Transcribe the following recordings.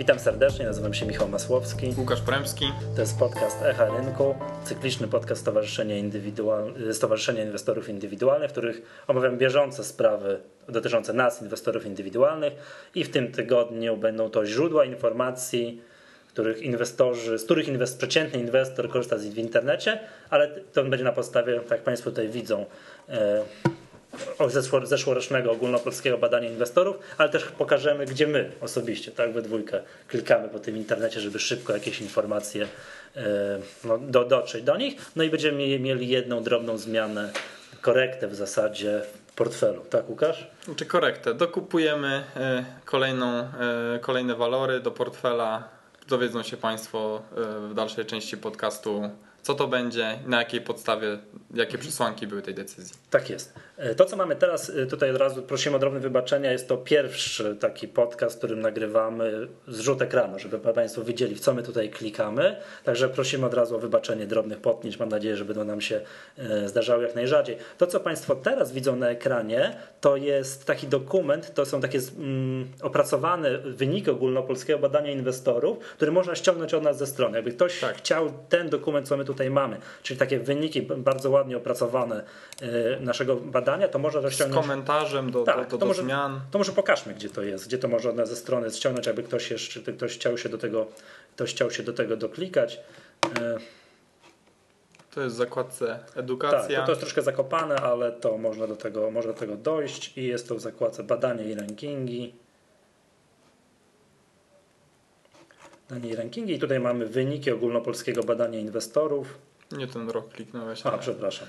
Witam serdecznie, nazywam się Michał Masłowski. Łukasz Poremski. To jest podcast Echa Rynku, cykliczny podcast Stowarzyszenia Inwestorów Indywidualnych, w których omawiam bieżące sprawy dotyczące nas, inwestorów indywidualnych, i w tym tygodniu będą to źródła informacji, z których przeciętny inwestor korzysta w internecie, ale to będzie na podstawie, tak jak Państwo tutaj widzą, zeszłorocznego ogólnopolskiego badania inwestorów, ale też pokażemy, gdzie my osobiście, tak, we dwójkę klikamy po tym internecie, żeby szybko jakieś informacje dotrzeć do nich. No i będziemy mieli jedną drobną zmianę, korektę w zasadzie w portfelu. Tak, Łukasz? Czy korektę? Dokupujemy kolejne walory do portfela. Dowiedzą się Państwo w dalszej części podcastu, co to będzie i na jakiej podstawie, jakie przesłanki były tej decyzji. Tak jest. To, co mamy teraz, tutaj od razu prosimy o drobne wybaczenia, jest to pierwszy taki podcast, w którym nagrywamy zrzut ekranu, żeby Państwo widzieli, w co my tutaj klikamy. Także prosimy od razu o wybaczenie drobnych potnieć. Mam nadzieję, że będą nam się zdarzały jak najrzadziej. To, co Państwo teraz widzą na ekranie, to jest taki dokument, to są takie opracowane wyniki ogólnopolskiego badania inwestorów, które można ściągnąć od nas ze strony. Jakby ktoś chciał ten dokument, co my tutaj mamy, czyli takie wyniki bardzo ładnie opracowane naszego badania, to można to ściągnąć. Z komentarzem do zmian. To może pokażmy, gdzie to jest, gdzie to można od nas ze strony ściągnąć, jakby ktoś chciał się do tego doklikać. To jest w zakładce edukacja. Tak, to jest troszkę zakopane, ale to można do tego dojść i jest to w zakładce badania i rankingi. I tutaj mamy wyniki ogólnopolskiego badania inwestorów. Nie ten rok kliknąłeś. Przepraszam.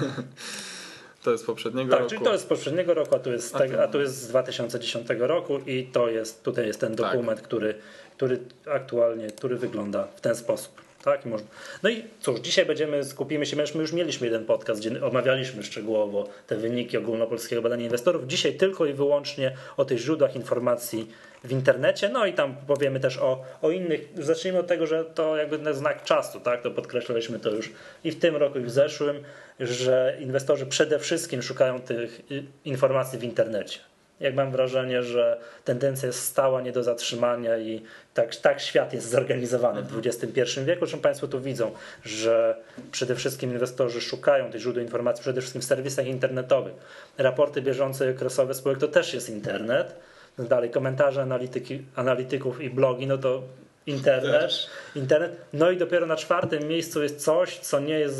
To jest z poprzedniego roku. Czyli to jest z poprzedniego roku, a tu jest z 2010 roku i tutaj jest ten dokument, który aktualnie wygląda w ten sposób. Tak? No i cóż, dzisiaj skupimy się, my już mieliśmy jeden podcast, gdzie omawialiśmy szczegółowo te wyniki ogólnopolskiego badania inwestorów. Dzisiaj tylko i wyłącznie o tych źródłach informacji w internecie, no i tam powiemy też o innych. Zacznijmy od tego, że to jakby znak czasu, tak? To podkreślaliśmy to już i w tym roku, i w zeszłym, że inwestorzy przede wszystkim szukają tych informacji w internecie. Jak mam wrażenie, że tendencja jest stała, nie do zatrzymania i tak świat jest zorganizowany w XXI wieku. Zresztą Państwo tu widzą, że przede wszystkim inwestorzy szukają tych źródeł informacji przede wszystkim w serwisach internetowych. Raporty bieżące i okresowe spółek to też jest internet. Dalej komentarze analityków i blogi, no to internet. No i dopiero na czwartym miejscu jest coś, co nie jest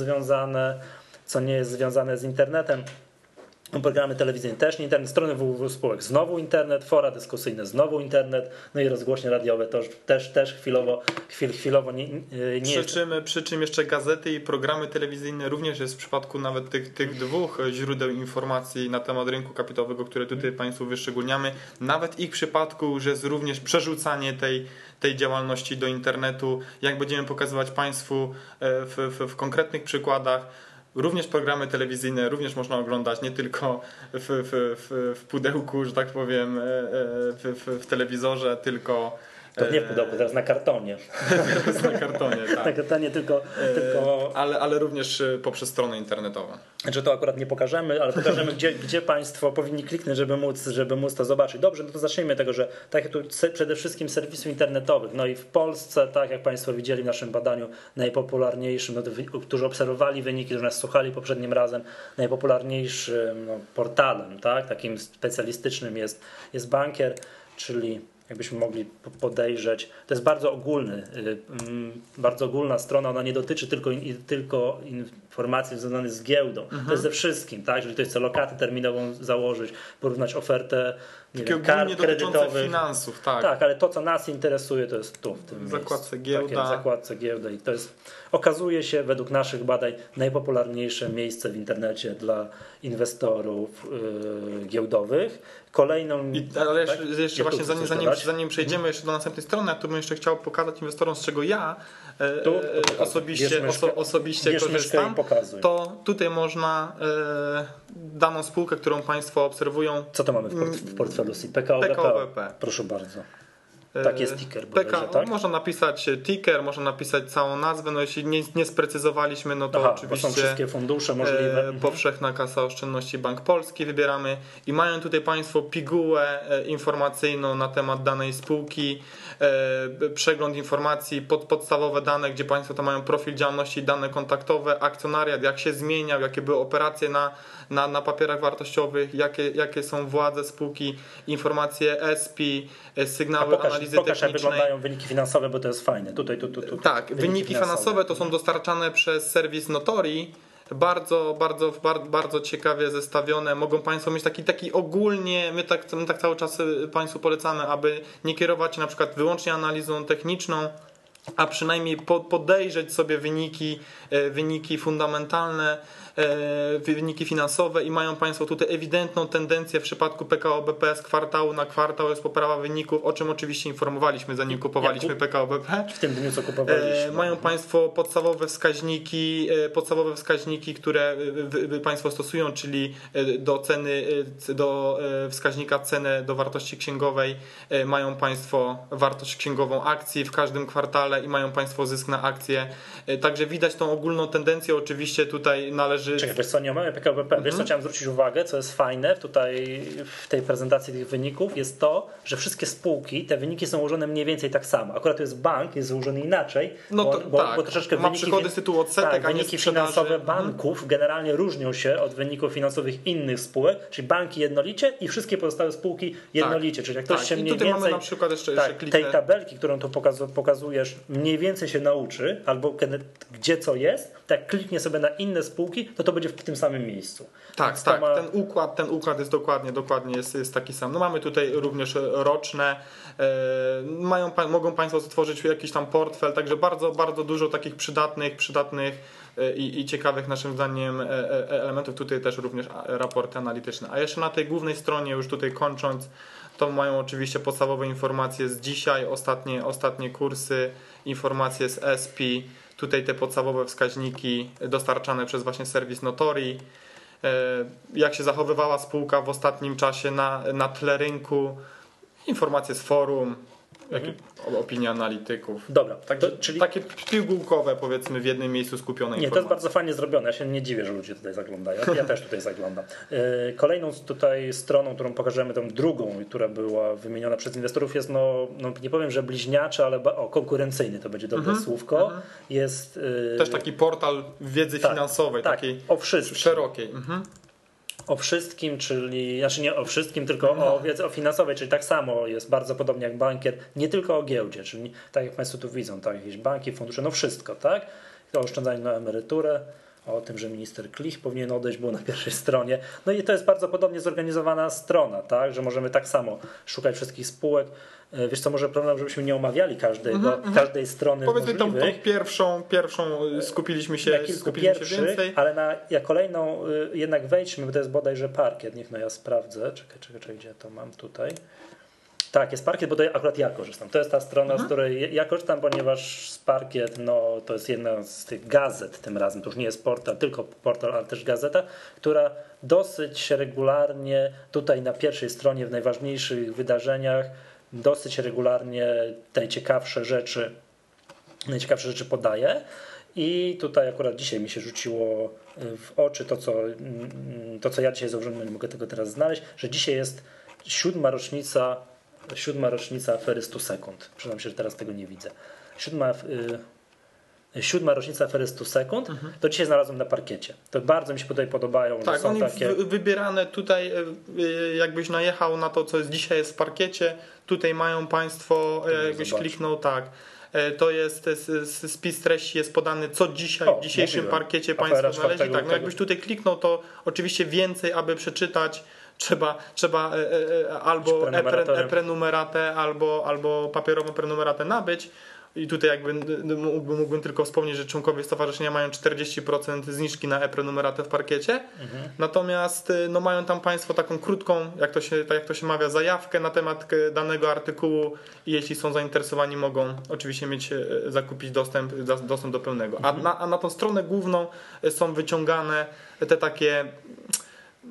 związane z internetem. Programy telewizyjne też nie internet, strony www spółek znowu internet, fora dyskusyjne znowu internet, no i rozgłośnie radiowe to też chwilowo nie przy czym jeszcze gazety i programy telewizyjne również jest w przypadku nawet tych dwóch źródeł informacji na temat rynku kapitałowego, które tutaj Państwu wyszczególniamy. Nawet ich przypadku, że jest również przerzucanie tej działalności do internetu, jak będziemy pokazywać Państwu w konkretnych przykładach. Również programy telewizyjne również można oglądać nie tylko w pudełku, że tak powiem, w telewizorze, tylko... To nie w pudełku, teraz na kartonie. Teraz na kartonie, tak. Na kartonie tylko... Ale również poprzez stronę internetową. Znaczy to akurat nie pokażemy, ale pokażemy, gdzie Państwo powinni kliknąć, żeby móc to zobaczyć. Dobrze, no to zacznijmy tego, że tak jak tu przede wszystkim serwisów internetowych. No i w Polsce, tak jak Państwo widzieli w naszym badaniu, najpopularniejszym, którzy obserwowali wyniki, którzy nas słuchali poprzednim razem, najpopularniejszym portalem, tak, takim specjalistycznym jest Bankier, czyli jakbyśmy mogli podejrzeć, to jest bardzo ogólna strona, ona nie dotyczy tylko informacji związanych z giełdą. To jest ze wszystkim, tak? Jeżeli ktoś chce lokatę terminową założyć, porównać ofertę kart kredytowych, finansów, tak. Tak, ale to, co nas interesuje, to jest tu, w tym zakładce miejscu. Giełda. W zakładce giełda i to jest, okazuje się według naszych badań, najpopularniejsze miejsce w internecie dla inwestorów giełdowych. Ale jeszcze właśnie zanim przejdziemy jeszcze do następnej strony, to bym jeszcze chciał pokazać inwestorom, z czego ja osobiście korzystam. To tutaj można daną spółkę, którą Państwo obserwują. Co to mamy w portfelu PKO BP? Proszę bardzo. Tak jest ticker bodajże, tak? Można napisać ticker, można napisać całą nazwę, no jeśli nie sprecyzowaliśmy, no to oczywiście są wszystkie fundusze możliwe. Powszechna Kasa Oszczędności Bank Polski wybieramy i mają tutaj Państwo pigułę informacyjną na temat danej spółki, przegląd informacji, podstawowe dane, gdzie Państwo tam mają profil działalności, dane kontaktowe, akcjonariat, jak się zmieniał, jakie były operacje na papierach wartościowych, jakie są władze spółki, informacje ESPI, sygnały analizy pokaż, technicznej. Jak wyglądają wyniki finansowe, bo to jest fajne. Tak, wyniki finansowe to są dostarczane przez serwis Notori. Bardzo ciekawie zestawione. Mogą Państwo mieć taki ogólnie, my tak cały czas Państwu polecamy, aby nie kierować się na przykład wyłącznie analizą techniczną, a przynajmniej podejrzeć sobie wyniki fundamentalne, wyniki finansowe i mają Państwo tutaj ewidentną tendencję w przypadku PKO BP z kwartału na kwartał jest poprawa wyników, o czym oczywiście informowaliśmy, zanim kupowaliśmy PKO BP. W tym dniu co kupowaliśmy. Mają Państwo podstawowe wskaźniki, które Państwo stosują, czyli do ceny, do wskaźnika ceny do wartości księgowej mają Państwo wartość księgową akcji w każdym kwartale i mają Państwo zysk na akcję. Także widać tą ogólną tendencję, oczywiście tutaj należy... Czekaj, wiesz co, nie mamy PKO BP. Wiesz co, chciałem zwrócić uwagę, co jest fajne tutaj w tej prezentacji tych wyników, jest to, że wszystkie spółki, te wyniki są ułożone mniej więcej tak samo. Akurat to jest bank, jest ułożony inaczej, bo troszeczkę ma przychody z tytułu odsetek, wyniki finansowe banków generalnie różnią się od wyników finansowych innych spółek, czyli banki jednolicie i wszystkie pozostałe spółki jednolicie. Czyli jak ktoś się mniej więcej mamy na przykład jeszcze tej tabelki, którą tu pokazujesz, mniej więcej się nauczy, albo gdzie co jest, tak kliknie sobie na inne spółki, to będzie w tym samym miejscu. Tak, ten układ jest dokładnie jest taki sam. No mamy tutaj również roczne, mogą Państwo stworzyć jakiś tam portfel, także bardzo dużo takich przydatnych i ciekawych naszym zdaniem elementów. Tutaj też również raporty analityczne. A jeszcze na tej głównej stronie, już tutaj kończąc, to mają oczywiście podstawowe informacje z dzisiaj, ostatnie kursy, informacje z ESPI, tutaj te podstawowe wskaźniki dostarczane przez właśnie serwis Notori, jak się zachowywała spółka w ostatnim czasie na tle rynku, informacje z forum, opinie analityków. Dobra, czyli takie pigułkowe, powiedzmy, w jednym miejscu skupione informacje. To jest bardzo fajnie zrobione. Ja się nie dziwię, że ludzie tutaj zaglądają. Ja też tutaj zaglądam. Kolejną tutaj stroną, którą pokażemy, tą drugą, która była wymieniona przez inwestorów, jest nie powiem, że bliźniaczy, ale konkurencyjny, to będzie dobre słówko. Jest też taki portal wiedzy finansowej, takiej szerokiej. O wszystkim, czyli, znaczy nie o wszystkim, tylko o wiedzy o finansowej, czyli tak samo jest bardzo podobnie jak bankier, nie tylko o giełdzie, czyli tak jak Państwo tu widzą, tak, jakieś banki, fundusze, wszystko, tak? O oszczędzaniu na emeryturę, o tym, że minister Klich powinien odejść, było na pierwszej stronie. No i to jest bardzo podobnie zorganizowana strona, tak, że możemy tak samo szukać wszystkich spółek. Wiesz co, może problem, żebyśmy nie omawiali każdej strony. Powiedzmy tą pierwszą skupiliśmy się więcej. Ale na kolejną jednak wejdźmy, bo to jest bodajże parkiet. Niech ja sprawdzę. Czekaj, gdzie to mam tutaj. Tak, jest parkiet, bo to akurat ja korzystam. To jest ta strona, z której ja korzystam, ponieważ z parkiet, to jest jedna z tych gazet tym razem. To już nie jest portal, tylko portal, ale też gazeta, która dosyć regularnie tutaj na pierwszej stronie w najważniejszych wydarzeniach dosyć regularnie najciekawsze rzeczy podaje. I tutaj akurat dzisiaj mi się rzuciło w oczy to, co ja dzisiaj zauważyłem, nie mogę tego teraz znaleźć, że dzisiaj jest 7. rocznica afery 100 sekund. Przyznam się, że teraz tego nie widzę. 7. rocznica afery 100 sekund, to dzisiaj znalazłem na parkiecie. To bardzo mi się tutaj podobają. Tak, są oni wybierane tutaj, jakbyś najechał na to, co dzisiaj jest w parkiecie, tutaj mają Państwo, jakbyś kliknął, tak. To jest spis treści jest podany, co dzisiaj w dzisiejszym parkiecie Państwo znaleźli. Tak, jakbyś tutaj kliknął, to oczywiście więcej, aby przeczytać, trzeba albo e-prenumeratę, albo papierową prenumeratę nabyć. I tutaj mógłbym tylko wspomnieć, że członkowie stowarzyszenia mają 40% zniżki na e-prenumeratę w parkiecie. Natomiast mają tam Państwo taką krótką, jak to się mawia, zajawkę na temat danego artykułu i jeśli są zainteresowani, mogą oczywiście zakupić dostęp do pełnego. A na tą stronę główną są wyciągane te takie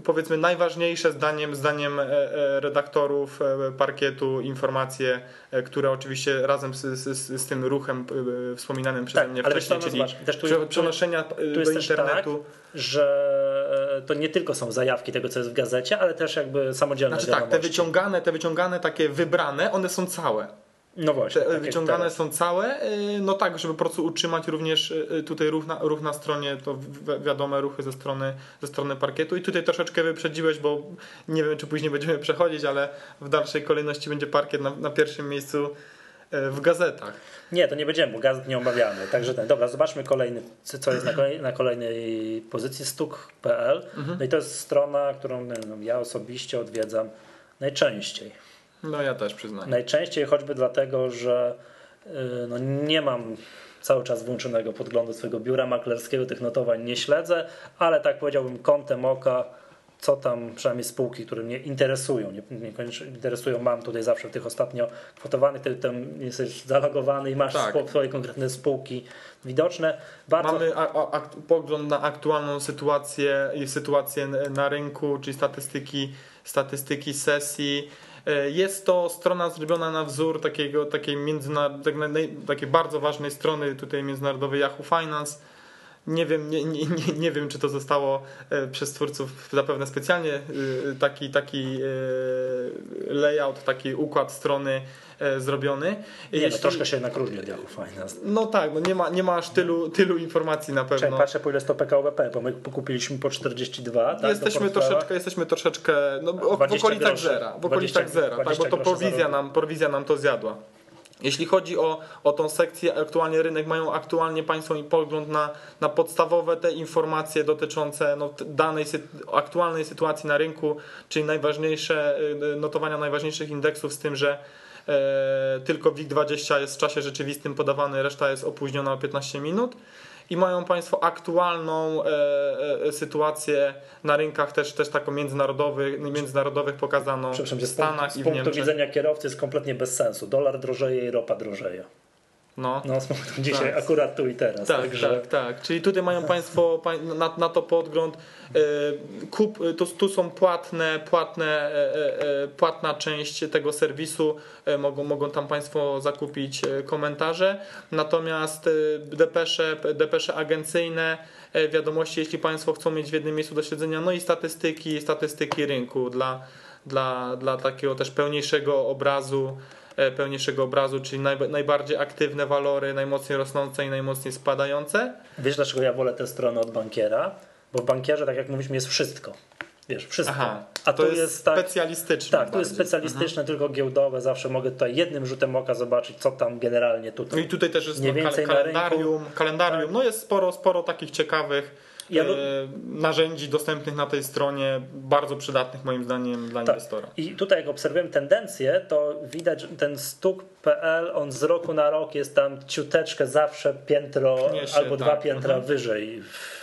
powiedzmy najważniejsze zdaniem redaktorów Parkietu informacje, które oczywiście razem z tym ruchem wspominanym przeze mnie wcześniej, czyli przenoszenia do internetu. Tak, że to nie tylko są zajawki tego, co jest w gazecie, ale też jakby samodzielne wiadomości. Tak, te wyciągane, takie wybrane, one są całe. No właśnie. Te wyciągane są całe, no tak, żeby po prostu utrzymać również tutaj ruch na stronie, to wiadome ruchy ze strony Parkietu. I tutaj troszeczkę wyprzedziłeś, bo nie wiem, czy później będziemy przechodzić, ale w dalszej kolejności będzie Parkiet na pierwszym miejscu w gazetach. Nie, to nie będziemy, bo gazet nie omawiamy. Także dobra, zobaczmy kolejny, co jest na kolejnej pozycji, stuk.pl. No i to jest strona, którą ja osobiście odwiedzam najczęściej. No ja też przyznaję. Najczęściej choćby dlatego, że nie mam cały czas włączonego podglądu swojego biura maklerskiego, tych notowań nie śledzę, ale tak powiedziałbym kątem oka, co tam przynajmniej spółki, które mnie interesują, niekoniecznie interesują, mam tutaj zawsze tych ostatnio kwotowanych, ty tam jesteś zalogowany i masz swoje konkretne spółki widoczne. Mamy pogląd na aktualną sytuację na rynku, czyli statystyki sesji. Jest to strona zrobiona na wzór takiej bardzo ważnej strony tutaj międzynarodowej Yahoo Finance. Nie wiem, czy to zostało przez twórców zapewne specjalnie taki layout, taki układ strony zrobiony. Troszkę się jednak różni od Yahoo Finance. No tak, nie ma aż tylu informacji na pewno. Patrzę, po ile jest to PKO BP, bo my kupiliśmy po 42. Tak, jesteśmy troszeczkę w okolicach zera. Tak, bo to prowizja nam to zjadła. Jeśli chodzi o tą sekcję, aktualnie rynek, mają aktualnie Państwo pogląd na podstawowe te informacje dotyczące aktualnej sytuacji na rynku, czyli najważniejsze notowania najważniejszych indeksów, z tym, że tylko WIG20 jest w czasie rzeczywistym podawany, reszta jest opóźniona o 15 minut. I mają Państwo aktualną sytuację na rynkach też taką międzynarodowych pokazaną w Stanach i w Niemczech. Z punktu widzenia kierowcy jest kompletnie bez sensu. Dolar drożeje i ropa drożeje. No z punktu dzisiaj akurat tu i teraz. Tak. Czyli tutaj mają Państwo na to podgląd. Tu są płatna część tego serwisu. Mogą tam Państwo zakupić komentarze. Natomiast depesze agencyjne, wiadomości, jeśli Państwo chcą mieć w jednym miejscu do śledzenia, no i statystyki rynku dla takiego też pełniejszego obrazu, czyli najbardziej aktywne walory, najmocniej rosnące i najmocniej spadające. Wiesz, dlaczego ja wolę tę stronę od bankiera? Bo w bankierze, tak jak mówiliśmy, jest wszystko. Wiesz, wszystko. A to jest specjalistyczne. Tak, to jest specjalistyczne, tylko giełdowe. Zawsze mogę tutaj jednym rzutem oka zobaczyć, co tam generalnie tutaj. No i tutaj też jest kalendarium. No jest sporo takich ciekawych narzędzi dostępnych na tej stronie, bardzo przydatnych moim zdaniem dla inwestora. I tutaj jak obserwujemy tendencję, to widać, że ten stuk.pl, on z roku na rok jest tam ciuteczkę zawsze piętro albo dwa piętra wyżej.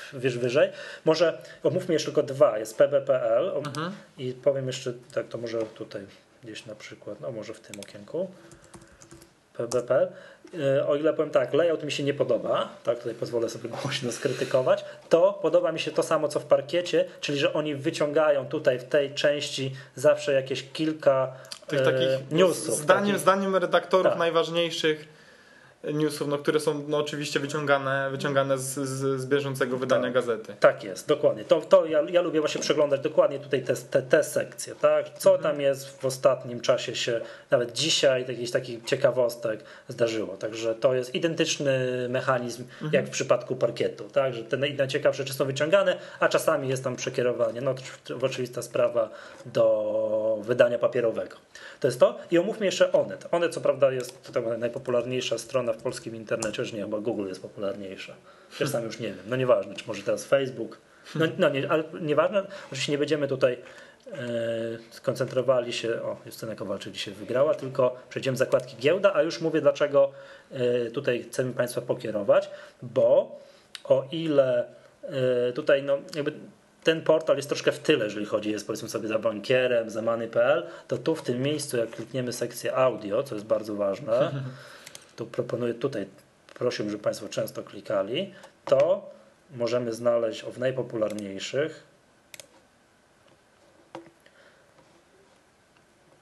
Może omówmy jeszcze tylko dwa. Jest pb.pl i powiem jeszcze, tak to może tutaj gdzieś na przykład, może w tym okienku pb.pl. O ile powiem tak, layout mi się nie podoba, tak, tutaj pozwolę sobie głośno skrytykować, to podoba mi się to samo co w Parkiecie, czyli że oni wyciągają tutaj w tej części zawsze jakieś kilka takich newsów. Zdaniem redaktorów najważniejszych newsów, które są oczywiście wyciągane z bieżącego wydania gazety. Tak jest, dokładnie. To ja lubię właśnie przeglądać dokładnie tutaj te sekcje, tak? Co tam jest w ostatnim czasie się, nawet dzisiaj jakichś takich ciekawostek zdarzyło. Także to jest identyczny mechanizm jak w przypadku Parkietu, tak? Że te najciekawsze rzeczy są wyciągane, a czasami jest tam przekierowanie. To oczywista sprawa do wydania papierowego. To jest to. I omówmy jeszcze Onet. Onet co prawda jest to najpopularniejsza strona w polskim internecie, już nie, chyba Google jest popularniejsza. Ja sam już nie wiem. Nieważne, czy może teraz Facebook. Ale nieważne. Oczywiście nie będziemy tutaj skoncentrowali się, Justyna Kowalczyk dzisiaj wygrała, tylko przejdziemy z zakładki giełda, a już mówię dlaczego tutaj chcemy Państwa pokierować, bo o ile tutaj jakby ten portal jest troszkę w tyle, jeżeli chodzi, jest powiedzmy sobie za bankierem, za money.pl, to tu w tym miejscu, jak klikniemy sekcję audio, co jest bardzo ważne, to proponuję tutaj, prosiłbym, żeby Państwo często klikali, to możemy znaleźć w najpopularniejszych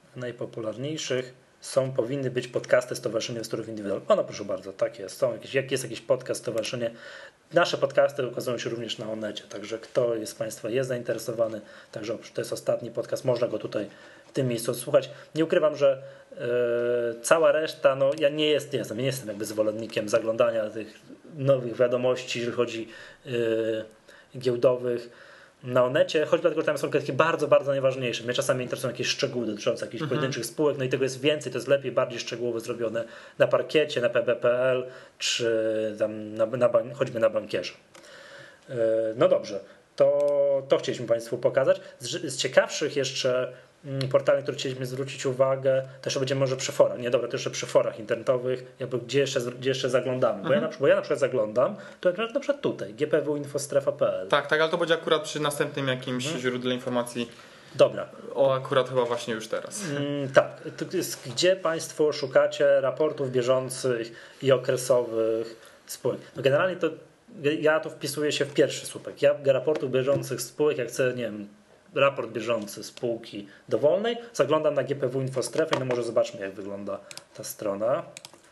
najpopularniejszych powinny być podcasty Stowarzyszenia Inwestorów Indywidualnych. No proszę bardzo, tak jest. Jak jest jakiś podcast stowarzyszenie. Nasze podcasty ukazują się również na Onecie, także kto z Państwa jest zainteresowany, także to jest ostatni podcast, można go tutaj w tym miejscu słuchać. Nie ukrywam, że cała reszta, no ja nie jestem jakby zwolennikiem zaglądania tych nowych wiadomości, jeżeli chodzi giełdowych na Onecie, choć dlatego, że tam są takie bardzo, bardzo najważniejsze. Mnie czasami interesują jakieś szczegóły dotyczące jakichś pojedynczych spółek, no i tego jest więcej, to jest lepiej, bardziej szczegółowo zrobione na Parkiecie, na pb.pl, czy tam choćby na Bankierze. No dobrze, to chcieliśmy Państwu pokazać. Z ciekawszych jeszcze portali, które chcieliśmy zwrócić uwagę, też będziemy może przy forach, nie dobra, to jeszcze przy forach internetowych, jakby gdzie jeszcze zaglądamy, bo ja na przykład zaglądam, to na przykład tutaj, gpwinfostrefa.pl. Tak, ale to będzie akurat przy następnym jakimś źródle informacji. Dobra. Akurat chyba właśnie już teraz. Tak, to jest, gdzie Państwo szukacie raportów bieżących i okresowych spółek. No generalnie to ja to wpisuję się w pierwszy słupek. Ja raportów bieżących spółek, jak chcę, nie wiem, raport bieżący spółki dowolnej, zaglądam na GPW Infostrefę, no może zobaczmy, jak wygląda ta strona.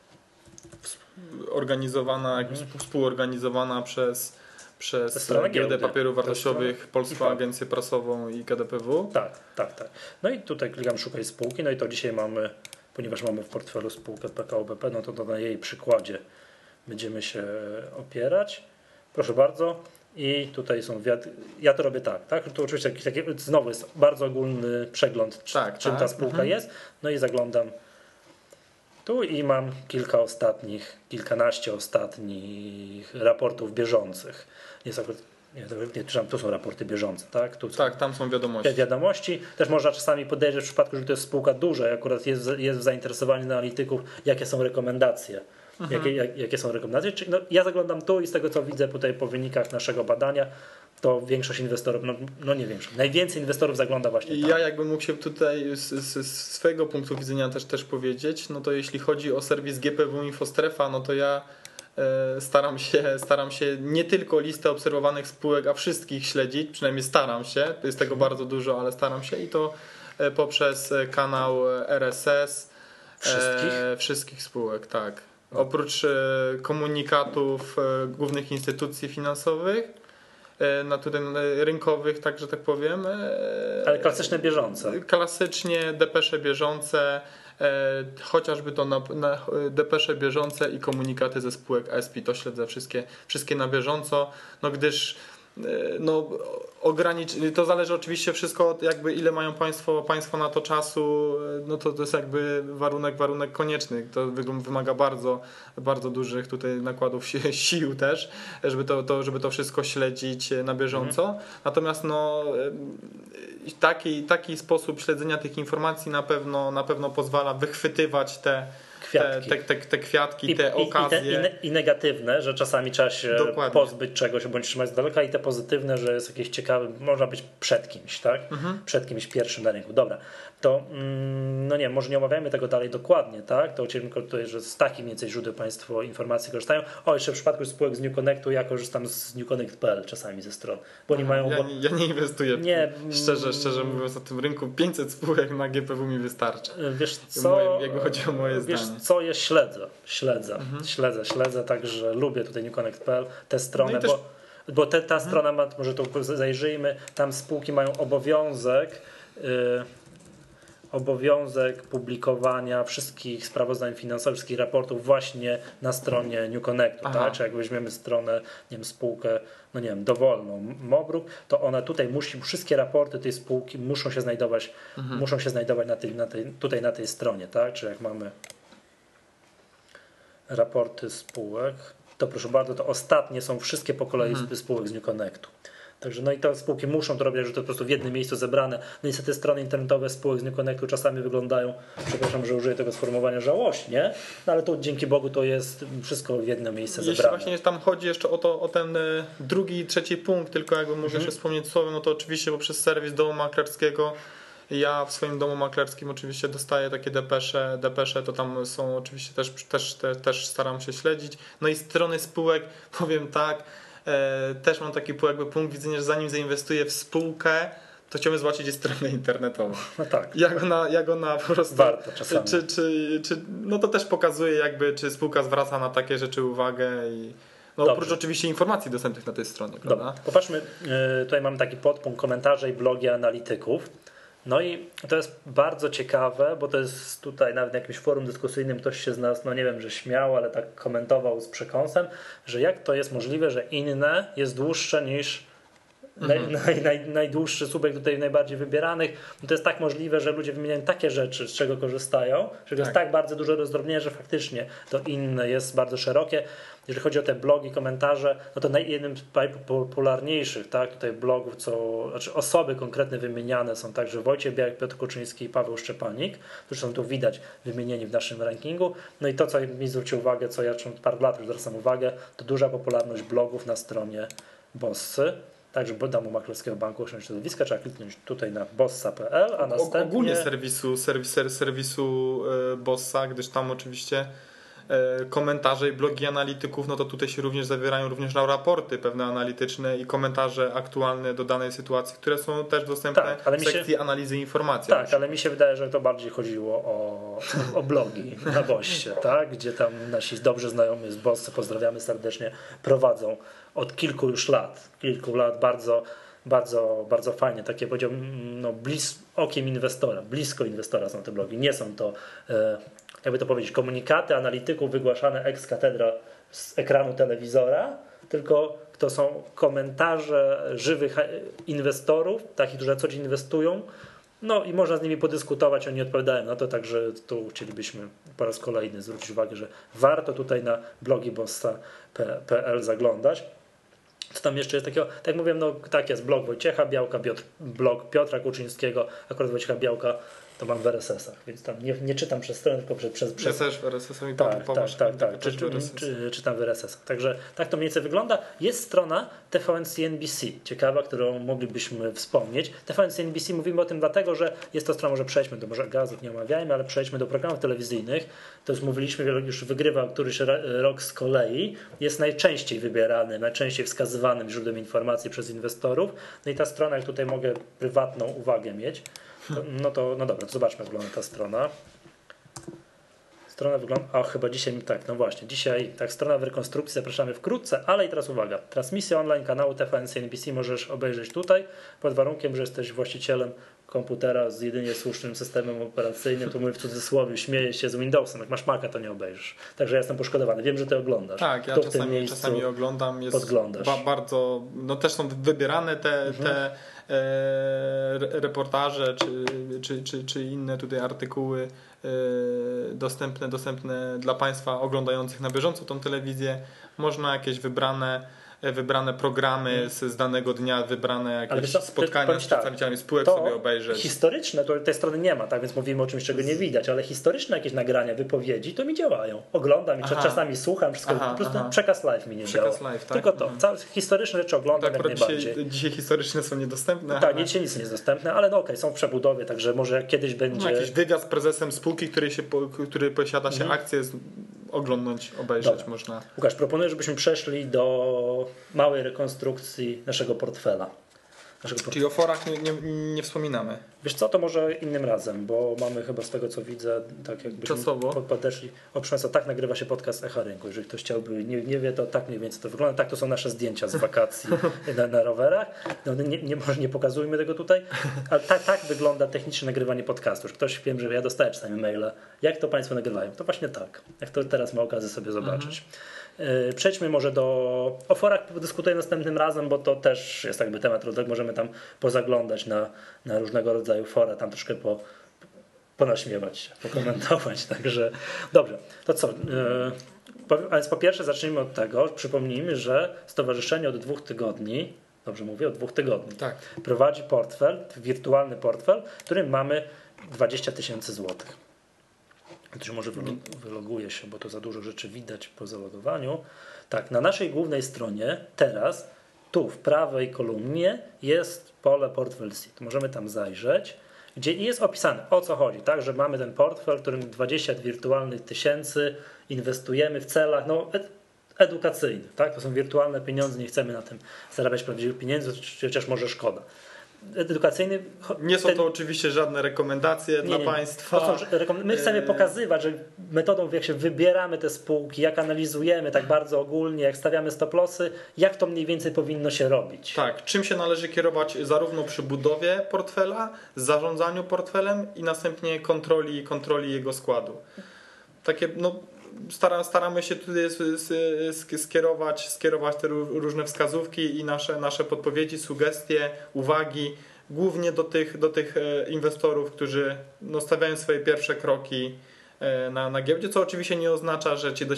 Organizowana, współorganizowana przez Giełdę Papierów Wartościowych, Polską Agencję Prasową i KDPW. Tak. No i tutaj klikam szukaj spółki, no i to dzisiaj mamy, ponieważ mamy w portfelu spółkę PKO BP, no to na jej przykładzie będziemy się opierać. Proszę bardzo. I tutaj są ja to robię tak. To oczywiście znowu jest bardzo ogólny przegląd, czym ta spółka jest. No i zaglądam tu i mam kilkanaście ostatnich raportów bieżących. Tu są raporty bieżące, tak? Tam są wiadomości. Wiadomości. Też można czasami podejrzeć w przypadku, że to jest spółka duża i akurat jest w zainteresowaniu analityków, jakie są rekomendacje. Jakie są rekomendacje? No, ja zaglądam tu i z tego, co widzę tutaj po wynikach naszego badania, to większość inwestorów, no nie większość, najwięcej inwestorów zagląda właśnie tam. Ja jakbym mógł się tutaj z swojego punktu widzenia też powiedzieć, no to jeśli chodzi o serwis GPW Infostrefa, no to ja staram się nie tylko listę obserwowanych spółek, a wszystkich śledzić, przynajmniej staram się, jest tego bardzo dużo, ale staram się i to poprzez kanał RSS wszystkich spółek, tak. Oprócz komunikatów głównych instytucji finansowych, rynkowych, tak, że tak powiem. Ale klasyczne bieżące. Klasycznie depesze bieżące, chociażby to na depesze bieżące i komunikaty ze spółek SP, to śledzę wszystkie na bieżąco, no gdyż to zależy oczywiście wszystko od jakby ile mają państwo na to czasu, no to jest jakby warunek konieczny. To wymaga bardzo, bardzo dużych tutaj nakładów sił też, żeby to wszystko śledzić na bieżąco. Natomiast taki sposób śledzenia tych informacji na pewno pozwala wychwytywać te kwiatki, te okazje. I negatywne, że czasami trzeba się pozbyć czegoś bądź trzymać z daleka, i te pozytywne, że jest jakieś ciekawe, można być przed kimś, tak? Przed kimś pierwszym na rynku. Dobra, to może nie omawiamy tego dalej dokładnie, tak? To tylko tutaj, że z takich mniej więcej źródeł Państwo informacji korzystają. Jeszcze w przypadku spółek z New Connectu ja korzystam z newconnect.pl czasami ze stron, bo oni mają... Ja nie inwestuję. Szczerze mówiąc, na tym rynku 500 spółek na GPW mi wystarczy. Wiesz co? Jak chodzi o moje zdanie. Co je śledzę, także lubię tutaj newconnect.pl, tę stronę, bo ta strona ma, może to zajrzyjmy, tam spółki mają obowiązek publikowania wszystkich sprawozdań finansowych, wszystkich raportów właśnie na stronie New Connectu, tak? Czy jak weźmiemy stronę, spółkę, dowolną, Mobruk, to ona tutaj wszystkie raporty tej spółki muszą się znajdować na tej stronie, tak? Czy jak mamy raporty spółek, to proszę bardzo, to ostatnie są wszystkie po kolei spółek z New Connectu. Także i te spółki muszą to robić, że to po prostu w jednym miejscu zebrane. No niestety strony internetowe spółek z New Connectu czasami wyglądają, przepraszam, że użyję tego sformułowania, żałośnie, ale to dzięki Bogu to jest wszystko w jedno miejsce zebrane. Jeśli właśnie tam chodzi jeszcze o ten drugi i trzeci punkt, tylko jakby mogę jeszcze wspomnieć słowem, no to oczywiście poprzez serwis domu maklerskiego. Ja w swoim domu maklerskim oczywiście dostaję takie depesze, to tam są oczywiście też staram się śledzić. No i strony spółek, powiem tak, też mam taki jakby punkt widzenia, że zanim zainwestuję w spółkę, to chciałbym zobaczyć jej stronę internetową. No tak. Jak ona po prostu... Warto czasami. No to też pokazuje jakby, czy spółka zwraca na takie rzeczy uwagę i... No oprócz oczywiście informacji dostępnych na tej stronie, prawda? Dobra. Popatrzmy, tutaj mamy taki podpunkt komentarze i blogi analityków. No i to jest bardzo ciekawe, bo to jest tutaj nawet na jakimś forum dyskusyjnym ktoś się z nas, no nie wiem, że śmiał, ale tak komentował z przekąsem, że jak to jest możliwe, że inne jest dłuższe niż najdłuższy słupek tutaj najbardziej wybieranych. No to jest tak możliwe, że ludzie wymieniają takie rzeczy, z czego korzystają, że jest tak bardzo dużo rozdrobnienia, że faktycznie to inne jest bardzo szerokie. Jeżeli chodzi o te blogi, komentarze, no to jednym z najpopularniejszych tutaj blogów, znaczy osoby konkretne wymieniane są także Wojciech Białek, Piotr Kuczyński i Paweł Szczepanik, którzy są tu widać wymienieni w naszym rankingu. No i to, co mi zwrócił uwagę, co ja parę lat już zwracam uwagę, to duża popularność blogów na stronie Bossy. Także Domu Maklerskiego Banku Ochrony Środowiska trzeba kliknąć tutaj na bossa.pl, a następnie... Ogólnie serwisu Bossa, gdyż tam oczywiście komentarze i blogi analityków, no to tutaj się również zawierają również raporty pewne analityczne i komentarze aktualne do danej sytuacji, które są też dostępne w sekcji analizy informacji. Tak, ale mi się wydaje, że to bardziej chodziło o blogi na Bossie, tak? Gdzie tam nasi dobrzy znajomi z Bossy, pozdrawiamy serdecznie, prowadzą od kilku lat bardzo fajnie, takie powiedziałbym, no okiem inwestora, blisko inwestora są te blogi. Nie są to, jakby to powiedzieć, komunikaty analityków wygłaszane ex cathedra z ekranu telewizora, tylko to są komentarze żywych inwestorów, takich, którzy na co dzień inwestują, no i można z nimi podyskutować, oni odpowiadają na to, także tu chcielibyśmy po raz kolejny zwrócić uwagę, że warto tutaj na blogi bossa.pl zaglądać. Co tam jeszcze jest takiego? Tak jak mówiłem, no tak jest blog Wojciecha Białka, blog Piotra Kuczyńskiego, akurat Wojciecha Białka to mam w RSS-ach, więc tam nie czytam przez stronę, tylko przez... Ja też w RSS-ach tak. Czytam w RSS-ach. Także tak to mniej więcej wygląda. Jest strona TVN-CNBC, ciekawa, którą moglibyśmy wspomnieć. TVN-CNBC mówimy o tym dlatego, że jest to strona, może przejdźmy do, może gazet nie omawiajmy, ale przejdźmy do programów telewizyjnych. To już mówiliśmy, już wygrywał któryś rok z kolei. Jest najczęściej wybierany, najczęściej wskazywanym źródłem informacji przez inwestorów. No i ta strona, jak tutaj mogę prywatną uwagę mieć, no dobra, to zobaczmy, jak wygląda ta strona. Strona wygląda, chyba dzisiaj, tak, no właśnie, dzisiaj tak, strona w rekonstrukcji, zapraszamy wkrótce, ale i teraz uwaga, transmisję online kanału TVN-CNBC możesz obejrzeć tutaj, pod warunkiem, że jesteś właścicielem komputera z jedynie słusznym systemem operacyjnym, to mówię w cudzysłowie, śmieję się z Windowsem, jak masz Maca, to nie obejrzysz. Także ja jestem poszkodowany, wiem, że ty oglądasz. Tak, ja czasami oglądam, bardzo, no też są wybierane te reportaże czy inne tutaj artykuły dostępne dla Państwa oglądających na bieżąco tą telewizję. Można jakieś wybrane programy z danego dnia, wybrane jakieś spotkania z przedstawicielami spółek sobie obejrzeć. Historyczne, to tej strony nie ma, tak więc mówimy o czymś, czego nie widać, ale historyczne jakieś nagrania, wypowiedzi, to mi działają. Oglądam i czasami słucham, wszystko, po prostu przekaz live mi nie działa. Live, tak? Tylko to. Historyczne rzeczy oglądam jak najbardziej. Dzisiaj historyczne są niedostępne. Tak, dzisiaj nic nie jest dostępne, ale no okej, są w przebudowie, także może kiedyś będzie... jakiś wywiad z prezesem spółki, który posiada się akcje, oglądnąć, obejrzeć można. Łukasz, proponuję, żebyśmy przeszli do małej rekonstrukcji naszego portfela. Czyli o forach nie wspominamy. Wiesz co, to może innym razem, bo mamy chyba z tego co widzę, tak jakbyśmy podeszli. O, proszę Państwa, tak nagrywa się podcast Echa Rynku. Jeżeli ktoś chciałby, nie wie, to tak mniej więcej to wygląda. Tak, to są nasze zdjęcia z wakacji na rowerach. No, może nie pokazujmy tego tutaj, ale tak wygląda techniczne nagrywanie podcastu. Ktoś, wiem, że ja dostaję czasami maile, jak to Państwo nagrywają. To właśnie tak, jak to teraz ma okazję sobie zobaczyć. Przejdźmy może o forach podyskutuję następnym razem, bo to też jest jakby temat, możemy tam pozaglądać na różnego rodzaju fora, tam troszkę ponaśmiewać się, pokomentować, także dobrze, to co? A więc po pierwsze zacznijmy od tego, przypomnijmy, że stowarzyszenie od 2 tygodni, dobrze mówię, od 2 tygodni, tak, prowadzi portfel, wirtualny portfel, w którym mamy 20 000 złotych. Ktoś może wyloguje się, bo to za dużo rzeczy widać po zalogowaniu. Tak, na naszej głównej stronie teraz, tu w prawej kolumnie jest pole Portfel Seed. Możemy tam zajrzeć, gdzie jest opisane, o co chodzi, tak, że mamy ten portfel, w którym 20 wirtualnych tysięcy inwestujemy w celach edukacyjnych. Tak? To są wirtualne pieniądze, nie chcemy na tym zarabiać prawdziwych pieniędzy, chociaż może szkoda. edukacyjny. Nie są to oczywiście żadne rekomendacje dla Państwa. My chcemy pokazywać, że metodą, jak się wybieramy te spółki, jak analizujemy tak bardzo ogólnie, jak stawiamy stop lossy, jak to mniej więcej powinno się robić. Tak, czym się należy kierować zarówno przy budowie portfela, zarządzaniu portfelem i następnie kontroli jego składu. Takie, staramy się tutaj skierować te różne wskazówki i nasze podpowiedzi, sugestie, uwagi głównie do tych inwestorów, którzy stawiają swoje pierwsze kroki na giełdzie, co oczywiście nie oznacza, że ci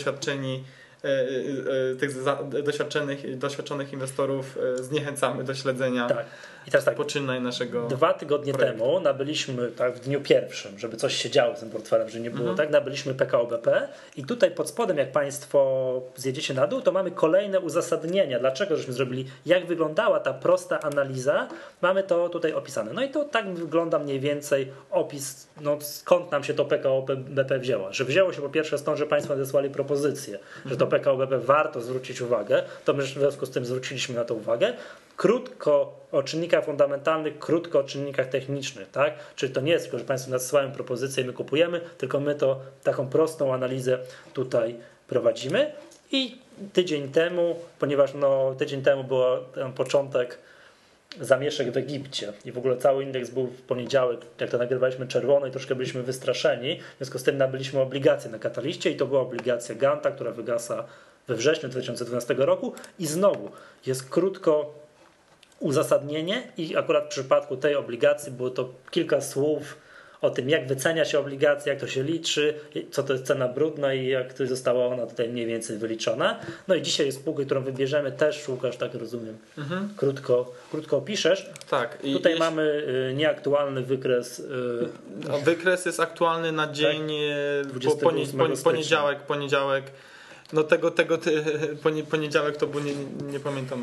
tych doświadczonych inwestorów zniechęcamy do śledzenia. Tak. I teraz tak, poczynań naszego 2 tygodnie projektu. temu nabyliśmy w dniu pierwszym, żeby coś się działo z tym portfelem, że nie było tak, nabyliśmy PKO BP i tutaj pod spodem, jak Państwo zjedziecie na dół, to mamy kolejne uzasadnienia, dlaczego żeśmy zrobili, jak wyglądała ta prosta analiza, mamy to tutaj opisane. No i to tak wygląda mniej więcej opis, skąd nam się to PKO BP wzięło. Że wzięło się po pierwsze stąd, że Państwo nadesłali propozycję, że to PKO BP warto zwrócić uwagę, to my w związku z tym zwróciliśmy na to uwagę. Krótko o czynnikach fundamentalnych, krótko o czynnikach technicznych, tak? Czyli to nie jest tylko, że Państwo nadsyłają propozycję i my kupujemy, tylko my to taką prostą analizę tutaj prowadzimy i tydzień temu, ponieważ tydzień temu był początek zamieszek w Egipcie i w ogóle cały indeks był w poniedziałek, jak to nagrywaliśmy, czerwono i troszkę byliśmy wystraszeni, w związku z tym nabyliśmy obligację na Kataliście i to była obligacja Ganta, która wygasa we wrześniu 2012 roku i znowu jest krótko uzasadnienie i akurat w przypadku tej obligacji było to kilka słów o tym, jak wycenia się obligacja, jak to się liczy, co to jest cena brudna i jak to została ona tutaj mniej więcej wyliczona. No i dzisiaj jest spółka, którą wybierzemy, też Łukasz, tak rozumiem, krótko opiszesz. Tak. I tutaj mamy nieaktualny wykres. Wykres jest aktualny na dzień poniedziałek. Poniedziałek to był, nie pamiętam,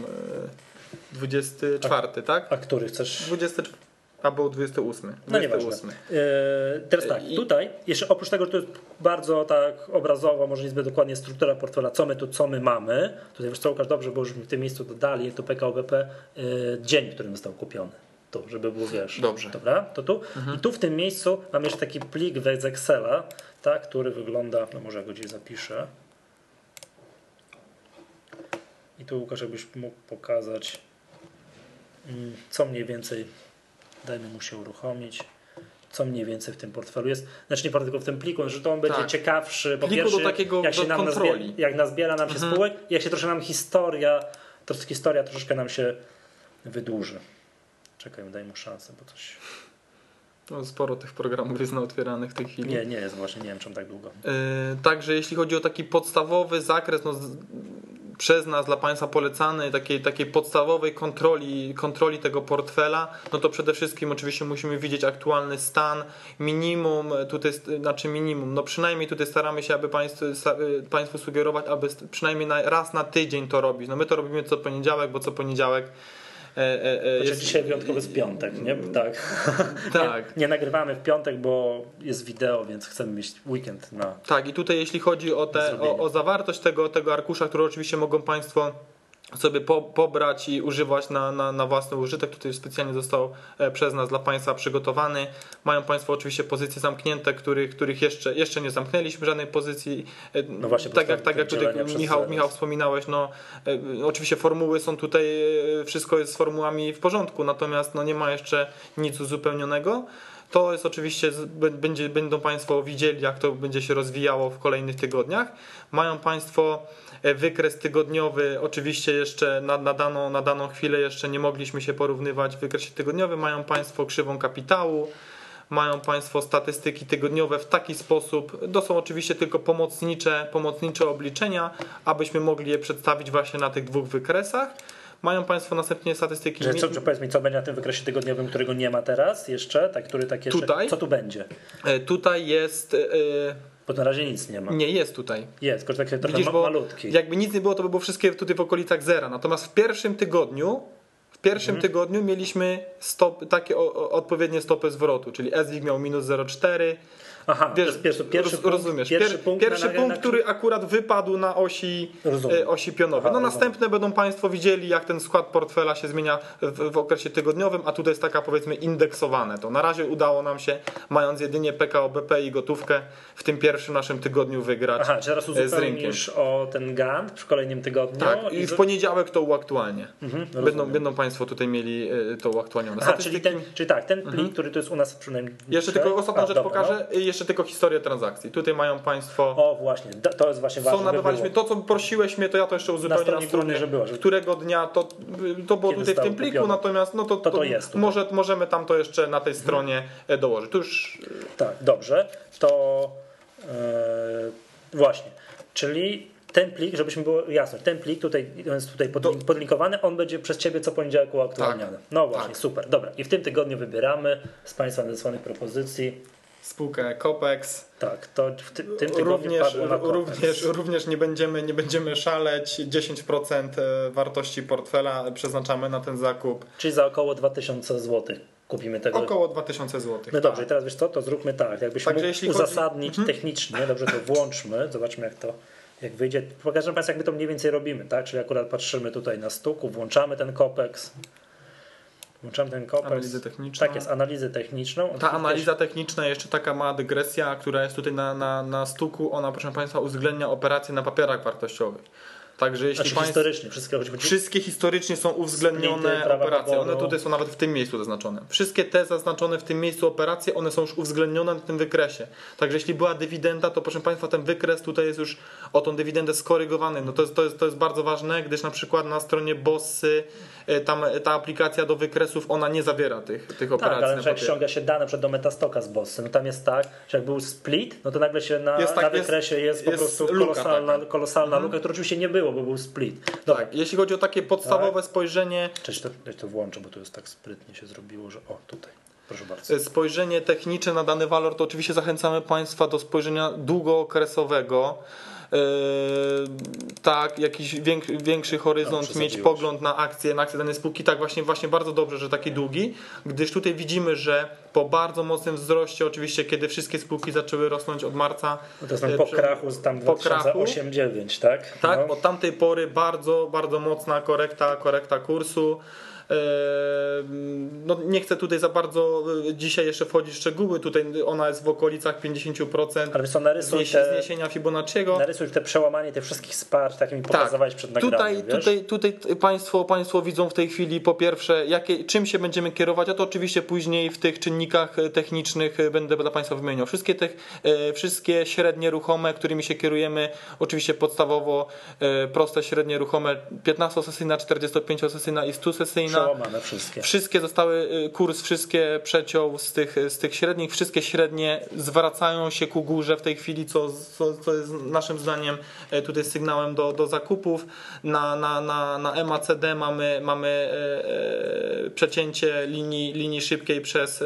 24, tak? A który chcesz? 24, albo 28. No nieważne. Teraz tak, tutaj, jeszcze oprócz tego, że to jest bardzo tak obrazowo, może niezbyt dokładnie struktura portfela, co my mamy. Tutaj wiesz co, Łukasz, dobrze, bo już w tym miejscu dodali, to PKO BP, dzień, w którym został kupiony. Tu, żeby było, wiesz. Dobrze. Dobra, to tu. I tu w tym miejscu mamy jeszcze taki plik z Excela, tak, który wygląda, może ja go gdzieś zapiszę. I tu, Łukasz, jakbyś mógł pokazać, co mniej więcej, dajmy mu się uruchomić, co mniej więcej w tym portfelu jest. Znaczy nie tylko w tym pliku, że to on będzie ciekawszy. Po pierwsze, jak się nam nazbiera nam się spółek, jak się troszkę nam historia troszeczkę nam się wydłuży. Czekaj, daj mu szansę, bo coś... Sporo tych programów jest otwieranych w tej chwili. Nie jest właśnie, nie wiem czemu tak długo. Także jeśli chodzi o taki podstawowy zakres, przez nas dla Państwa polecany, takiej podstawowej kontroli tego portfela, to przede wszystkim oczywiście musimy widzieć aktualny stan, minimum, przynajmniej tutaj staramy się, aby Państwu sugerować, aby przynajmniej raz na tydzień to robić. My to robimy co poniedziałek, bo co poniedziałek dzisiaj wyjątkowy jest piątek, nie? Tak. Tak. Nie nagrywamy w piątek, bo jest wideo, więc chcemy mieć weekend na... Tak, i tutaj jeśli chodzi o zawartość tego arkusza, który oczywiście mogą Państwo sobie pobrać i używać na własny użytek. Tutaj specjalnie został przez nas dla Państwa przygotowany. Mają Państwo oczywiście pozycje zamknięte, których jeszcze nie zamknęliśmy żadnej pozycji. No właśnie, tak jak tutaj Michał wspominałeś, oczywiście formuły są tutaj, wszystko jest z formułami w porządku, natomiast nie ma jeszcze nic uzupełnionego. To jest oczywiście, będą Państwo widzieli, jak to będzie się rozwijało w kolejnych tygodniach. Mają Państwo wykres tygodniowy, oczywiście jeszcze na daną chwilę jeszcze nie mogliśmy się porównywać w wykresie tygodniowym. Mają Państwo krzywą kapitału, mają Państwo statystyki tygodniowe w taki sposób. To są oczywiście tylko pomocnicze obliczenia, abyśmy mogli je przedstawić właśnie na tych dwóch wykresach. Mają Państwo następnie statystyki... Powiedz mi, co będzie na tym wykresie tygodniowym, którego nie ma teraz jeszcze? Tutaj? Co tu będzie? Tutaj jest... Bo na razie nic nie ma. Nie, jest tutaj. Jest, tylko takie trochę malutki. Jakby nic nie było, to by było wszystkie tutaj w okolicach zera. Natomiast w pierwszym tygodniu mieliśmy takie odpowiednie stopy zwrotu, czyli SWIG miał minus 0,4, Aha, wiesz, rozumiesz. Pierwszy punkt, który akurat wypadł na osi pionowej. No następne będą Państwo widzieli, jak ten skład portfela się zmienia w okresie tygodniowym, a tutaj jest taka, powiedzmy, indeksowane. To na razie udało nam się, mając jedynie PKO BP i gotówkę, w tym pierwszym naszym tygodniu wygrać. Aha, czy teraz uzupełnisz o ten GAN w kolejnym tygodniu? Tak, i w poniedziałek to uaktualnię. Będą Państwo tutaj mieli to uaktualnione. Aha, czyli ten plik, który tu jest u nas przynajmniej. Jeszcze tylko ostatnią rzecz pokażę, jeszcze tylko historię transakcji. Tutaj mają Państwo. O właśnie, to jest właśnie ważne. Co nabywaliśmy, to co prosiłeś mnie, to ja to jeszcze uzupełnię na stronie, którego dnia to było tutaj w tym pliku, kupione. Natomiast no to jest możemy tam to jeszcze na tej stronie dołożyć. To już... Tak, dobrze. To właśnie, czyli ten plik, żebyśmy było jasne, ten plik jest tutaj podlinkowany, on będzie przez Ciebie co poniedziałek uaktualniany. Tak, no właśnie, tak. Super, dobra. I w tym tygodniu wybieramy z Państwa nadesłanych propozycji spółkę Copex. Tak, to w tym tygodniu również nie będziemy szaleć. 10% wartości portfela przeznaczamy na ten zakup. Czyli za około 2000 zł. Kupimy tego. Około 2000 zł. No dobrze, i teraz wiesz co, to zróbmy tak. Jakbyś mógł uzasadnić technicznie, dobrze, to włączmy, zobaczmy jak wyjdzie. Pokażę Państwu, jak my to mniej więcej robimy, tak? Czyli akurat patrzymy tutaj na stuku, włączamy ten Copex. Analizę techniczną. Tak jest, analizę techniczną. Ta analiza techniczna, jeszcze taka mała dygresja, która jest tutaj na stuku, ona, proszę Państwa, uwzględnia operacje na papierach wartościowych. Także jeśli wszystkie historycznie są uwzględnione operacje, one tutaj są nawet w tym miejscu zaznaczone. Wszystkie te zaznaczone w tym miejscu operacje, one są już uwzględnione w tym wykresie. Także jeśli była dywidenda, to proszę Państwa, ten wykres tutaj jest już o tą dywidendę skorygowany. No to jest bardzo ważne, gdyż na przykład na stronie Bossy tam ta aplikacja do wykresów, ona nie zawiera tych operacji. Tak, ale jak ściąga się dane do Metastoka z Bossy, no tam jest tak, że jak był split, no to nagle się na wykresie jest po prostu kolosalna luka, która oczywiście nie było, bo był split. Dobra. Tak, jeśli chodzi o takie podstawowe spojrzenie... Cześć, to włączę, bo tu jest tak sprytnie się zrobiło, że tutaj. Proszę bardzo. Spojrzenie techniczne na dany walor, to oczywiście zachęcamy Państwa do spojrzenia długookresowego. Tak, jakiś większy horyzont, mieć pogląd na akcje danej spółki. Tak, właśnie bardzo dobrze, że taki długi, gdyż tutaj widzimy, że po bardzo mocnym wzroście, oczywiście kiedy wszystkie spółki zaczęły rosnąć od marca. No to jest po krachu z tam 2008-2009, tak? Tak, od tamtej pory bardzo, bardzo mocna korekta kursu. No nie chcę tutaj za bardzo dzisiaj jeszcze wchodzić w szczegóły, tutaj ona jest w okolicach 50%. Ale co, zniesienia Fibonacciego. Narysuj te przełamanie tych wszystkich sparć, tak mi pokazywałeś przed nagraniem. Tutaj Państwo widzą w tej chwili po pierwsze czym się będziemy kierować, a to oczywiście później w tych czynnikach technicznych będę dla Państwa wymieniał. Wszystkie średnie ruchome, którymi się kierujemy, oczywiście podstawowo proste średnie ruchome 15-sesyjna, 45-sesyjna i 100-sesyjna. Przełamane wszystkie. Wszystkie zostały, kurs wszystkie przeciął z tych średnich, wszystkie średnie zwracają się ku górze w tej chwili, co jest naszym zdaniem tutaj sygnałem do zakupów. Na MACD mamy przecięcie linii szybkiej przez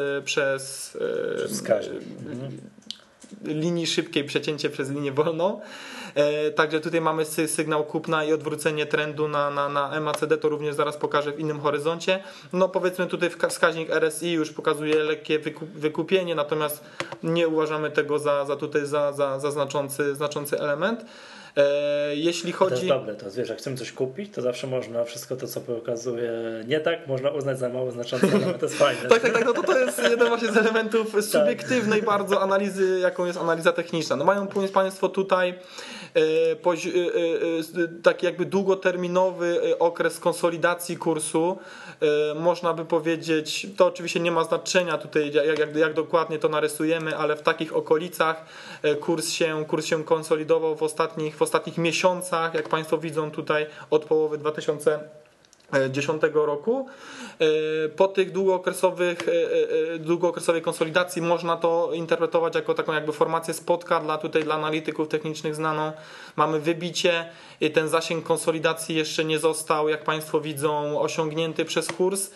linii szybkiej, przecięcie przez linię wolną. Także tutaj mamy sygnał kupna i odwrócenie trendu na MACD, to również zaraz pokażę w innym horyzoncie. No powiedzmy tutaj wskaźnik RSI już pokazuje lekkie wykupienie, natomiast nie uważamy tego za znaczący element. Jeśli chodzi... To jest dobre, to jest, wiesz, jak chcemy coś kupić, to zawsze można wszystko to, co pokazuje nie tak, można uznać za mało znaczące, ale to jest fajne. Tak, no to jest jeden właśnie z elementów subiektywnej bardzo analizy, jaką jest analiza techniczna. No mają Państwo tutaj taki jakby długoterminowy okres konsolidacji kursu. Można by powiedzieć, to oczywiście nie ma znaczenia tutaj jak dokładnie to narysujemy, ale w takich okolicach kurs się konsolidował w ostatnich miesiącach, jak Państwo widzą tutaj od połowy 2010 roku. Po tych długookresowej konsolidacji można to interpretować jako taką jakby formację spotka dla analityków technicznych znaną. Mamy wybicie, ten zasięg konsolidacji jeszcze nie został, jak Państwo widzą, osiągnięty przez kurs.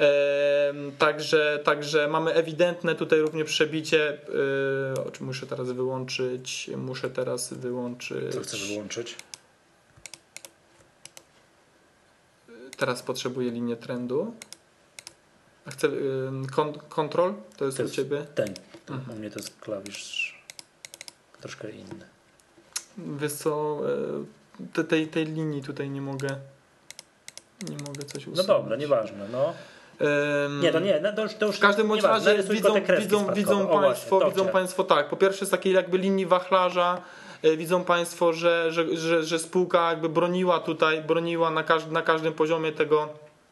Także mamy ewidentne tutaj również przebicie. Muszę teraz wyłączyć. Co chcesz wyłączyć? Teraz potrzebuję linię trendu. Chcę kontrol? To jest u Ciebie? Ten. U mnie to jest klawisz troszkę inny. Wiesz co, tej linii tutaj nie mogę coś usunąć. No dobra, nieważne, no. To już w każdym bądź razie widzą Państwo tak, po pierwsze z takiej jakby linii wachlarza widzą Państwo, że spółka jakby broniła na każdym poziomie tego,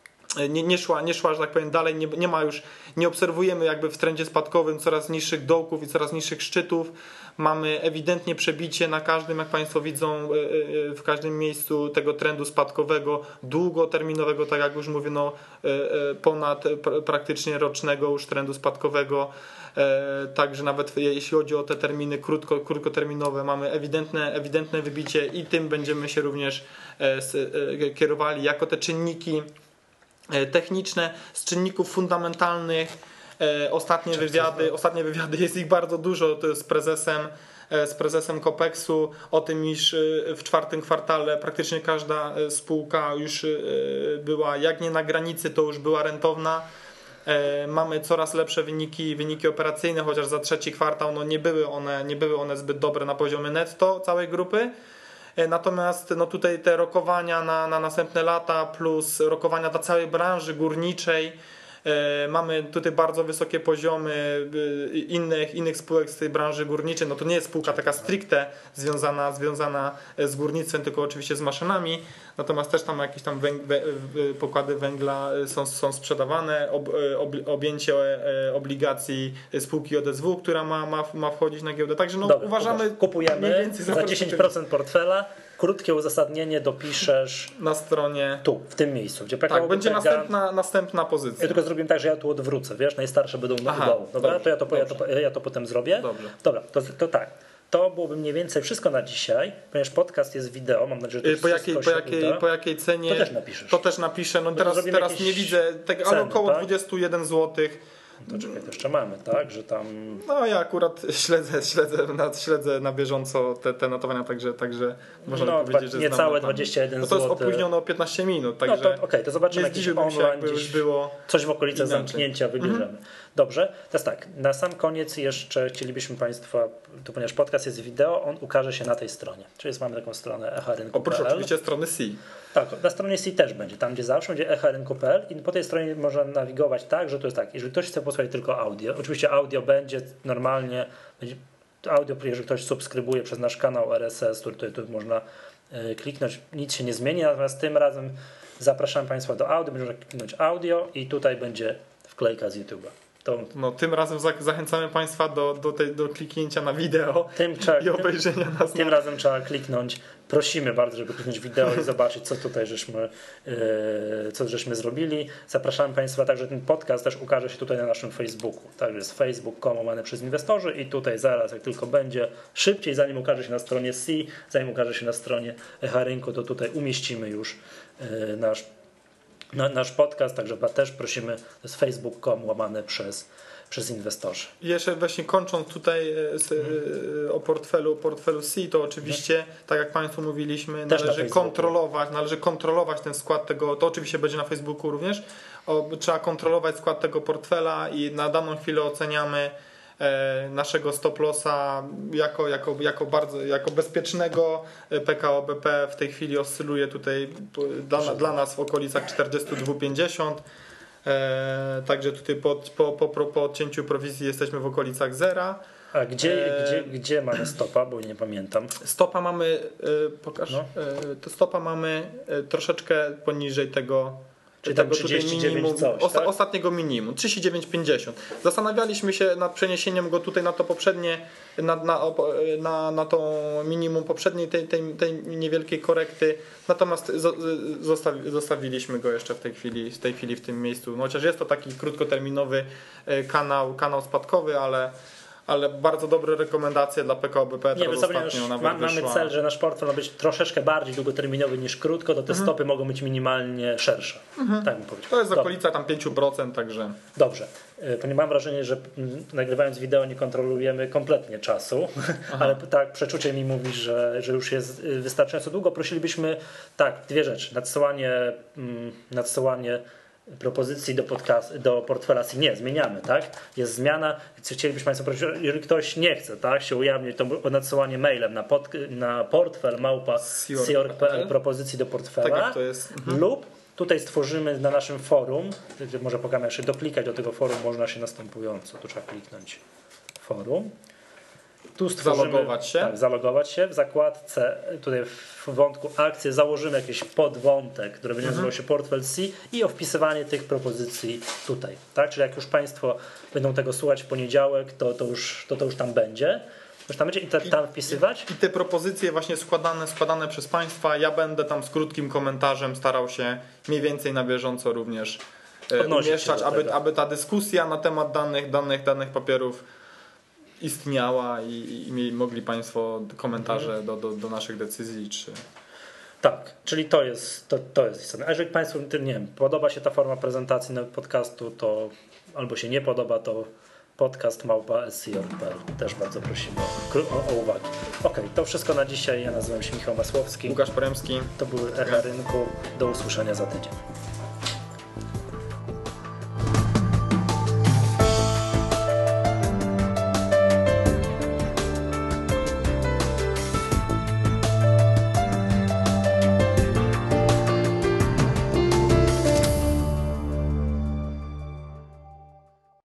nie szła, że tak powiem, dalej, nie ma już, nie obserwujemy jakby w trendzie spadkowym coraz niższych dołków i coraz niższych szczytów. Mamy ewidentnie przebicie na każdym, jak Państwo widzą, w każdym miejscu tego trendu spadkowego, długoterminowego, tak jak już mówiono, ponad praktycznie rocznego już trendu spadkowego. Także nawet jeśli chodzi o te terminy krótkoterminowe, mamy ewidentne wybicie i tym będziemy się również kierowali jako te czynniki techniczne. Z czynników fundamentalnych ostatnie wywiady, jest ich bardzo dużo, to jest z prezesem Copexu o tym, iż w czwartym kwartale praktycznie każda spółka już była, jak nie na granicy, to już była rentowna. Mamy coraz lepsze wyniki operacyjne, chociaż za trzeci kwartał nie były one zbyt dobre na poziomie netto całej grupy. Natomiast tutaj te rokowania na następne lata plus rokowania dla całej branży górniczej, mamy tutaj bardzo wysokie poziomy innych spółek z tej branży górniczej. No to nie jest spółka taka stricte związana z górnictwem, tylko oczywiście z maszynami. Natomiast też tam jakieś tam pokłady węgla są sprzedawane, objęcie obligacji spółki ODSW, która ma wchodzić na giełdę. Także dobra, uważamy, kupujemy za 10% portfela. Krótkie uzasadnienie dopiszesz na stronie tu, w tym miejscu, gdzie PKO tak, będzie następna pozycja. Ja tylko zrobimy tak, że ja tu odwrócę, wiesz, najstarsze będą u dołu. Dobra, ja to potem zrobię. Dobrze. Dobra, to tak. To byłoby mniej więcej wszystko na dzisiaj, ponieważ podcast jest wideo, mam nadzieję, że to po jakiej cenie? To też napiszesz. To też napiszę. No teraz nie widzę, ale około tak? 21 zł. To czekaj, to jeszcze mamy, tak, że tam... No ja akurat śledzę na bieżąco te notowania, także możemy powiedzieć, że niecałe 21 zł. To jest opóźnione o 15 minut, także... No to okej, to zobaczymy jakiś online, już było coś w okolicach zamknięcia wybierzemy. Dobrze, teraz tak, na sam koniec jeszcze chcielibyśmy Państwa, ponieważ podcast jest wideo, on ukaże się na tej stronie, czyli mamy taką stronę echarynku.pl. Oprócz oczywiście strony C. Tak, na stronie C też będzie, tam gdzie zawsze będzie echarynku.pl i po tej stronie można nawigować tak, że to jest tak, jeżeli ktoś chce posłuchać tylko audio, oczywiście audio będzie normalnie, audio, jeżeli ktoś subskrybuje przez nasz kanał RSS, tutaj można kliknąć, nic się nie zmieni, natomiast tym razem zapraszam Państwa do audio, można kliknąć audio i tutaj będzie wklejka z YouTube'a. No, tym razem zachęcamy Państwa do kliknięcia na wideo i obejrzenia nas. Tym razem trzeba kliknąć. Prosimy bardzo, żeby kliknąć wideo i zobaczyć, co tutaj żeśmy zrobili. Zapraszamy Państwa także, ten podcast też ukaże się tutaj na naszym Facebooku. Także jest facebook.com/inwestorzy i tutaj zaraz, jak tylko będzie szybciej, zanim ukaże się na stronie C, zanim ukaże się na stronie echarynku, to tutaj umieścimy już nasz podcast, także też prosimy, to jest facebook.com/przez inwestorzy. I jeszcze właśnie kończąc tutaj o portfelu C, to oczywiście, tak jak Państwu mówiliśmy, należy kontrolować ten skład tego, to oczywiście będzie na Facebooku również, trzeba kontrolować skład tego portfela i na daną chwilę oceniamy naszego stop lossa jako bezpiecznego. PKO BP w tej chwili oscyluje tutaj dla nas w okolicach 42,50. Także tutaj po odcięciu prowizji jesteśmy w okolicach zera. A gdzie mamy stopa, bo nie pamiętam. Stopa mamy, stopa mamy troszeczkę poniżej tego. Czyli tego 39 coś, tak? Ostatniego minimum, 39,50. Zastanawialiśmy się nad przeniesieniem go tutaj na to poprzednie, na to minimum poprzedniej tej niewielkiej korekty, natomiast zostawiliśmy go jeszcze w tej chwili w tym miejscu. No, chociaż jest to taki krótkoterminowy kanał spadkowy, ale bardzo dobre rekomendacje dla PKO BP. Mamy cel, że nasz portfel ma być troszeczkę bardziej długoterminowy niż krótko, to te stopy mogą być minimalnie szersze. Tak bym powiedział. To jest okolica tam 5%, także... Dobrze. Ponieważ mam wrażenie, że nagrywając wideo nie kontrolujemy kompletnie czasu, ale tak przeczucie mi mówi, że już jest wystarczająco długo. Prosilibyśmy dwie rzeczy. Nadsyłanie propozycji do portfela C nie zmieniamy, tak? Jest zmiana, chcielibyśmy Państwa prosić, jeżeli ktoś nie chce, tak, się ujawnić, to nadsyłanie mailem na portfel @seorg.pl propozycji do portfela, tak to jest. Lub tutaj stworzymy na naszym forum, może pokażę jeszcze doklikać do tego forum, można się następująco, tu trzeba kliknąć forum. Tu zalogować się? Tak, zalogować się. W zakładce, tutaj w wątku akcje założymy jakiś podwątek, który będzie nazywał się portfel C i o wpisywanie tych propozycji tutaj. Tak? Czyli jak już Państwo będą tego słuchać w poniedziałek, to już tam będzie. Już tam będzie i tam wpisywać. I te propozycje właśnie składane przez Państwa, ja będę tam z krótkim komentarzem starał się mniej więcej na bieżąco również umieszczać, aby ta dyskusja na temat danych papierów istniała i mogli Państwo komentarze do naszych decyzji. Tak, czyli to jest istotne. A jeżeli Państwu podoba się ta forma prezentacji podcastu, to albo się nie podoba, to podcast@seorg.pl. Też bardzo prosimy o uwagi. Okej, to wszystko na dzisiaj. Ja nazywam się Michał Masłowski. Łukasz Poremski. To były Echa Rynku. Do usłyszenia za tydzień.